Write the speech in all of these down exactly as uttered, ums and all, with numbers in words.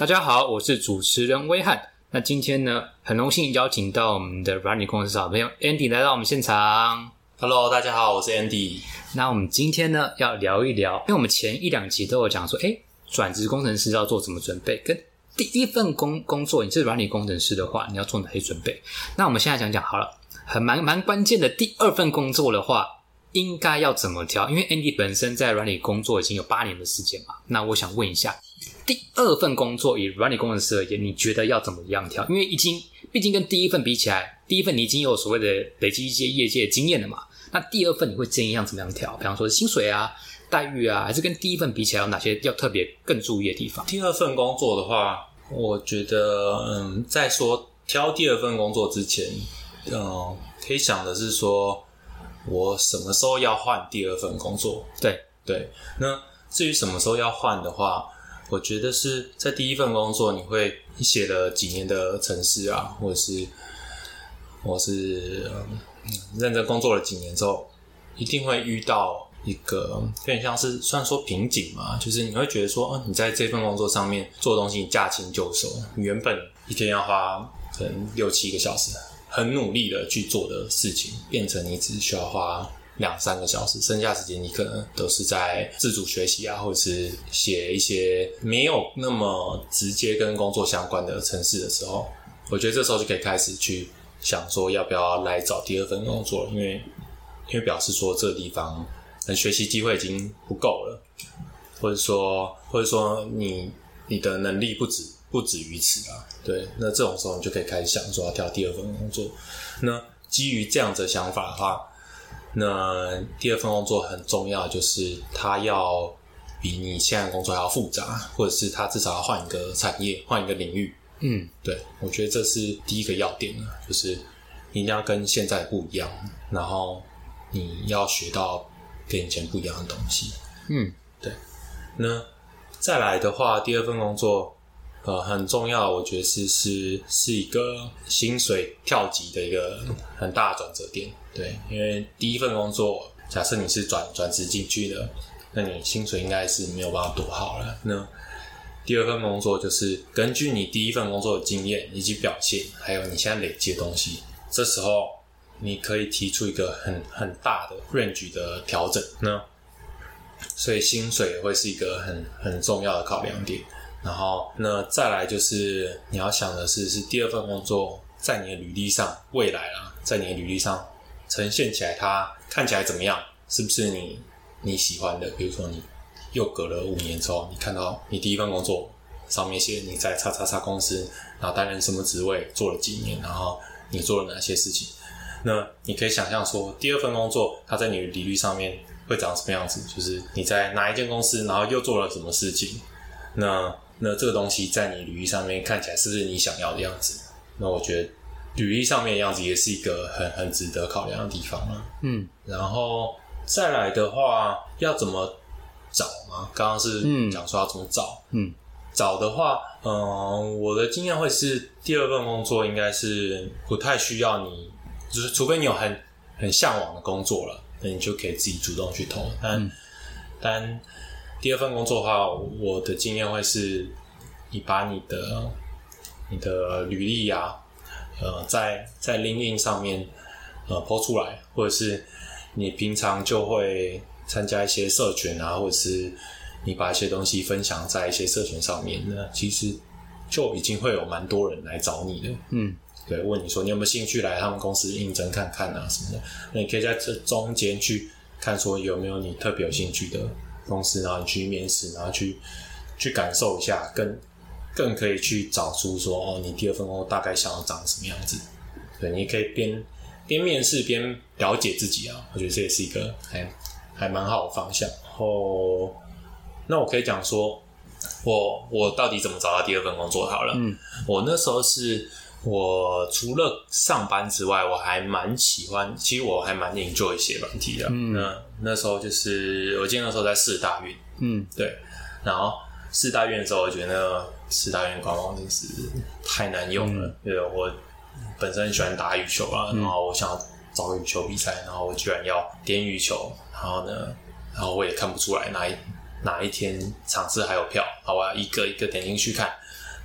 大家好，我是主持人威汉。那今天呢，很荣幸邀请到我们的软体工程师好朋友 Andy 来到我们现场。 Hello， 大家好，我是 Andy。 那我们今天呢，要聊一聊，因为我们前一两集都有讲说，诶，转职工程师要做什么准备，跟第一份工工作，你是软体工程师的话，你要做哪些准备？那我们现在讲讲好了，很蛮蛮关键的第二份工作的话，应该要怎么挑？因为 Andy 本身在软体工作已经有八年的时间嘛，那我想问一下，第二份工作以软体工程师而言，你觉得要怎么样挑？因为已经毕竟跟第一份比起来，第一份你已经有所谓的累积一些业界的经验了嘛，那第二份你会建议要怎么样挑？比方说薪水啊、待遇啊，还是跟第一份比起来有哪些要特别更注意的地方？ 第二份工作的话，我觉得嗯，在说挑第二份工作之前，嗯，可以想的是说我什么时候要换第二份工作。 对对，那至于什么时候要换的话，我觉得是在第一份工作你会你写了几年的程式啊，或者是或是、嗯、认真工作了几年之后，一定会遇到一个有点像是算说瓶颈嘛，就是你会觉得说、哦、你在这份工作上面做的东西你驾轻就熟，你原本一天要花可能六七个小时很努力的去做的事情，变成你只需要花两三个小时，剩下时间你可能都是在自主学习啊，或者是写一些没有那么直接跟工作相关的程式的时候，我觉得这时候就可以开始去想说要不要来找第二份工作，因为因为表示说这个地方学习机会已经不够了，或者说或者说你你的能力不止不止于此啊。对，那这种时候你就可以开始想说要跳第二份工作。那基于这样子的想法的话，那第二份工作很重要，就是它要比你现在的工作还要复杂，或者是它至少要换一个产业，换一个领域。 嗯， 对，我觉得这是第一个要点，就是你一定要跟现在不一样，然后你要学到跟以前不一样的东西。 嗯， 对。那再来的话，第二份工作呃很重要，我觉得是是是一个薪水跳级的一个很大的转折点。对，因为第一份工作，假设你是转转职进去的，那你薪水应该是没有办法多好了。那第二份工作就是根据你第一份工作的经验以及表现，还有你现在累积的东西，这时候你可以提出一个很很大的 range 的调整。那所以薪水会是一个很很重要的考量点。然后那再来就是你要想的是，是第二份工作在你的履历上，未来啦，在你的履历上呈现起来，它看起来怎么样？是不是你你喜欢的？比如说你又隔了五年之后，你看到你第一份工作上面写你在叉叉叉公司，然后担任什么职位，做了几年，然后你做了哪些事情？那你可以想象说，第二份工作它在你的履历上面会长什么样子？就是你在哪一间公司，然后又做了什么事情？那那这个东西在你履历上面看起来是不是你想要的样子？那我觉得履历上面的样子也是一个很很值得考量的地方了。 嗯， 然后再来的话，要怎么找嘛？刚刚是讲说要怎么找。 嗯， 找的话，嗯、呃，我的经验会是第二份工作应该是不太需要你，就是除非你有很很向往的工作了，那你就可以自己主动去投。但、嗯、但第二份工作的话，我的经验会是，你把你的你的履历啊，呃，在在 LinkedIn 上面呃 po 出来，或者是你平常就会参加一些社群啊，或者是你把一些东西分享在一些社群上面，那其实就已经会有蛮多人来找你的。 嗯， 对，问你说你有没有兴趣来他们公司应征看看啊什么的。那你可以在这中间去看说有没有你特别有兴趣的公司，然后你去面试，然后去去感受一下，更更可以去找出说哦，你第二份工作大概想要长什么样子。对，你可以边边面试边了解自己啊，我觉得这也是一个还还蛮好的方向。然后，那我可以讲说，我我到底怎么找到第二份工作好了。嗯，我那时候是我除了上班之外，我还蛮喜欢，其实我还蛮 enjoy 写软体的。嗯，那那时候就是我记得那时候在世大运。嗯，对，然后世大运的时候，我觉得那个世大运官网真是太难用了。嗯、对，我本身很喜欢打羽球啊，然后我想要找个羽球比赛，然后我居然要点羽球，然后呢，然后我也看不出来哪一哪一天场次还有票，好，我要一个一个点进去看，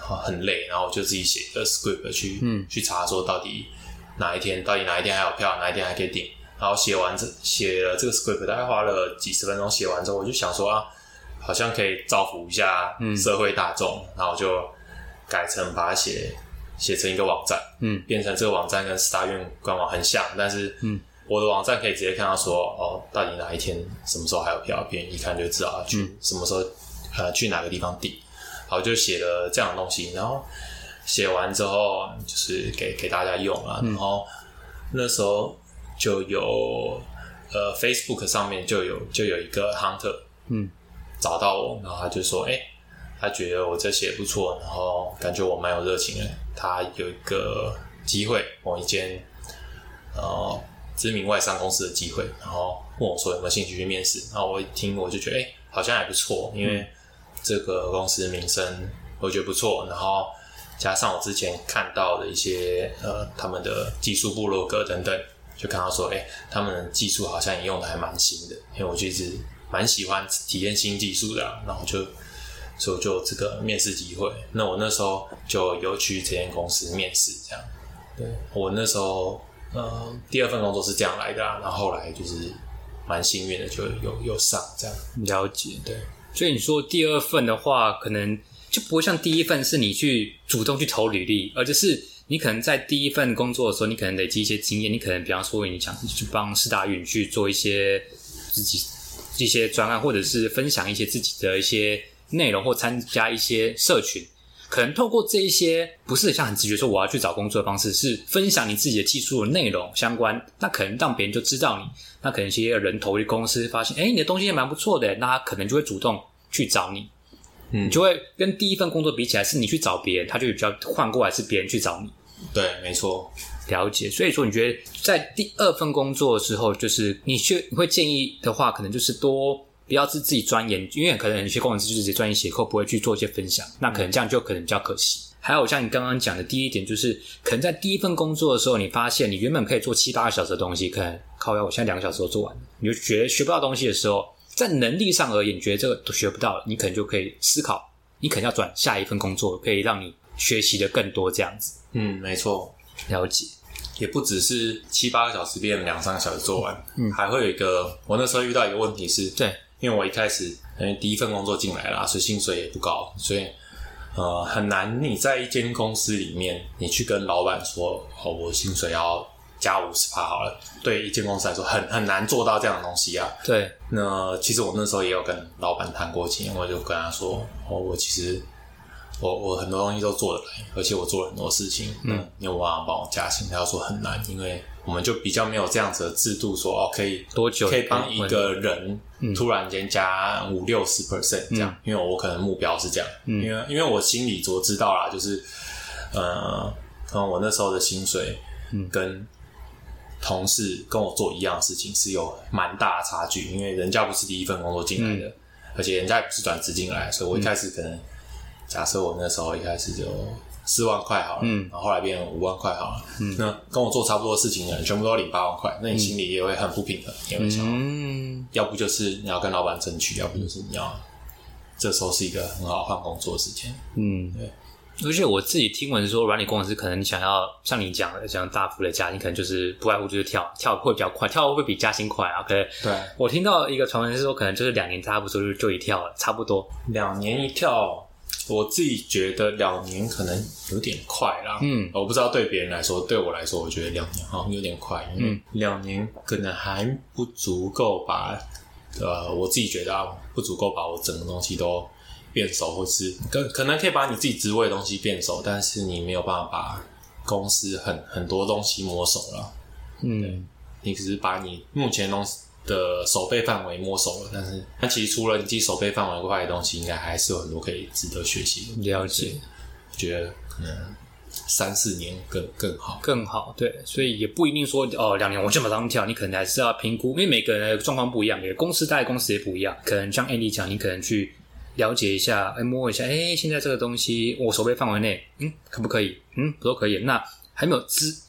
很累，然后我就自己写一个 script 去、 嗯、 去查说到底哪一天到底哪一天还有票，哪一天还可以订。然后写完这写了这个 script 大概花了几十分钟，写完之后我就想说啊，好像可以造福一下社会大众、嗯、然后我就改成把它写写成一个网站，嗯，变成这个网站跟 Star 院官网很像，但是嗯，我的网站可以直接看到说哦，到底哪一天什么时候还有票，别人一看就知道去、嗯、什么时候呃去哪个地方订。好，就写了这样的东西，然后写完之后就是给给大家用啊、嗯、然后那时候就有呃 Facebook 上面就有就有一个 Hunter 嗯找到我，然后他就说哎、欸，他觉得我这写不错，然后感觉我蛮有热情的，他有一个机会，某一间呃知名外商公司的机会，然后问我说有没有兴趣去面试，然后我一听我就觉得哎、欸，好像还不错，因为这个公司名声我觉得不错，然后加上我之前看到的一些呃他们的技术部落格等等，就看到说哎、欸，他们的技术好像也用的还蛮新的，因为我就一直蛮喜欢体验新技术的、啊、然后就所以我就有这个面试机会，那我那时候就有去这间公司面试这样。对，我那时候呃第二份工作是这样来的啊，然后后来就是蛮幸运的就有有上这样。 了解，对。所以你说第二份的话可能就不会像第一份是你去主动去投履历，而就是你可能在第一份工作的时候你可能累积一些经验，你可能比方说你想去帮世大运去做一些自己一些专案，或者是分享一些自己的一些内容，或参加一些社群，可能透过这一些不是像很直觉说我要去找工作的方式，是分享你自己的技术的内容相关，那可能让别人就知道你，那可能一些人投的公司发现诶你的东西也蛮不错的，那他可能就会主动去找你，嗯，你就会跟第一份工作比起来是你去找别人，他就比较换过来是别人去找你。 对，没错。 了解。所以说你觉得在第二份工作的时候，就是你去你会建议的话，可能就是多不要是自己钻研，因为可能有些工程师就是直接钻研写扣，不会去做一些分享，那可能这样就可能比较可惜。还有像你刚刚讲的第一点，就是可能在第一份工作的时候，你发现你原本可以做七八个小时的东西，可能靠腰我现在两个小时都做完了，你就觉得学不到东西的时候，在能力上而言，你觉得这个都学不到了，你可能就可以思考，你可能要转下一份工作，可以让你学习的更多这样子。 嗯，没错。 了解。 也不只是七八个小时变两三个小时做完，嗯，还会有一个，我那时候遇到一个问题是， 对， 因为我一开始因为第一份工作进来啦，所以薪水也不高，所以呃很难你在一间公司里面，你去跟老板说，哦，我薪水要加 百分之五十 好了，对一间公司来说很很难做到这样的东西啊。 对， 那其实我那时候也有跟老板谈过钱，我就跟他说，哦，我其实。我我很多东西都做得来，而且我做了很多事情，嗯，你有没有办法帮我加薪？他要说很难，因为我们就比较没有这样子的制度说，哦，可以多久可以帮一个人突然间加五六十 percent 这样，嗯，因为我可能目标是这样，嗯，因为因为我心里我知道啦，就是呃，可能我那时候的薪水，嗯，跟同事跟我做一样的事情是有蛮大的差距，因为人家不是第一份工作进来的，嗯，而且人家也不是转职进来，所以我一开始可能。假设我那时候一开始就四万块好了，嗯，然后后来变成五万块好了，嗯，那跟我做差不多的事情的人全部都领八万块，那你心里也会很不平衡，也会想，嗯，要不就是你要跟老板争取，要不就是你要，这时候是一个很好换工作的时间，嗯，对。 而且我自己听闻说，软体工程师可能你想要像你讲的，想大幅的加薪，可能就是不外乎就是跳跳会比较快，跳会不会比加薪快啊？可能对。 我听到一个传闻是说，可能就是两年差不多就就一跳了，差不多。 两年一跳。我自己觉得两年可能有点快啦，嗯，我不知道对别人来说，对我来说，我觉得两年好像有点快，因为两年可能还不足够把，呃，我自己觉得啊，不足够把我整个东西都变熟，或是可可能可以把你自己职位的东西变熟，但是你没有办法把公司很很多东西摸熟了，嗯，你只是把你目前的东西。的守备范围摸熟了，但是但其实除了你自己守备范围外的东西，应该还是有很多可以值得学习的。 了解， 我觉得可能三四年更更好， 更好。对，所以也不一定说哦，两年我就马上跳，你可能还是要评估，因为每个人的状况不一样，每个公司大概公司也不一样。可能像 Andy 讲，你可能去了解一下，哎，摸一下，哎，现在这个东西我守备范围内，嗯，可不可以？嗯，不都可以。那还没有知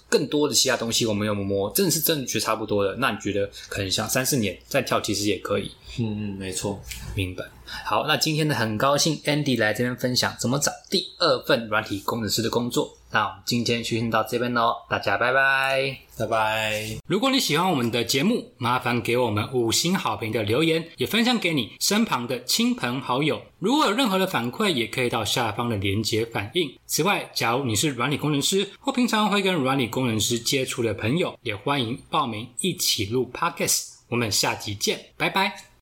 更多的其他东西我们有摸，真的是真的觉得差不多的，那你觉得可能像三四年再跳其实也可以。 嗯嗯，没错， 明白。好，那今天呢很高兴 Andy 来这边分享怎么找第二份软体工程师的工作。那我们今天就先到这边咯，大家拜拜。 拜拜。 如果你喜欢我们的节目，麻烦给我们五星好评的留言，也分享给你身旁的亲朋好友。如果有任何的反馈，也可以到下方的连结反映。此外，假如你是软体工程师或平常会跟软体工程师接触的朋友，也欢迎报名一起录 Podcast。我们下集见，拜拜。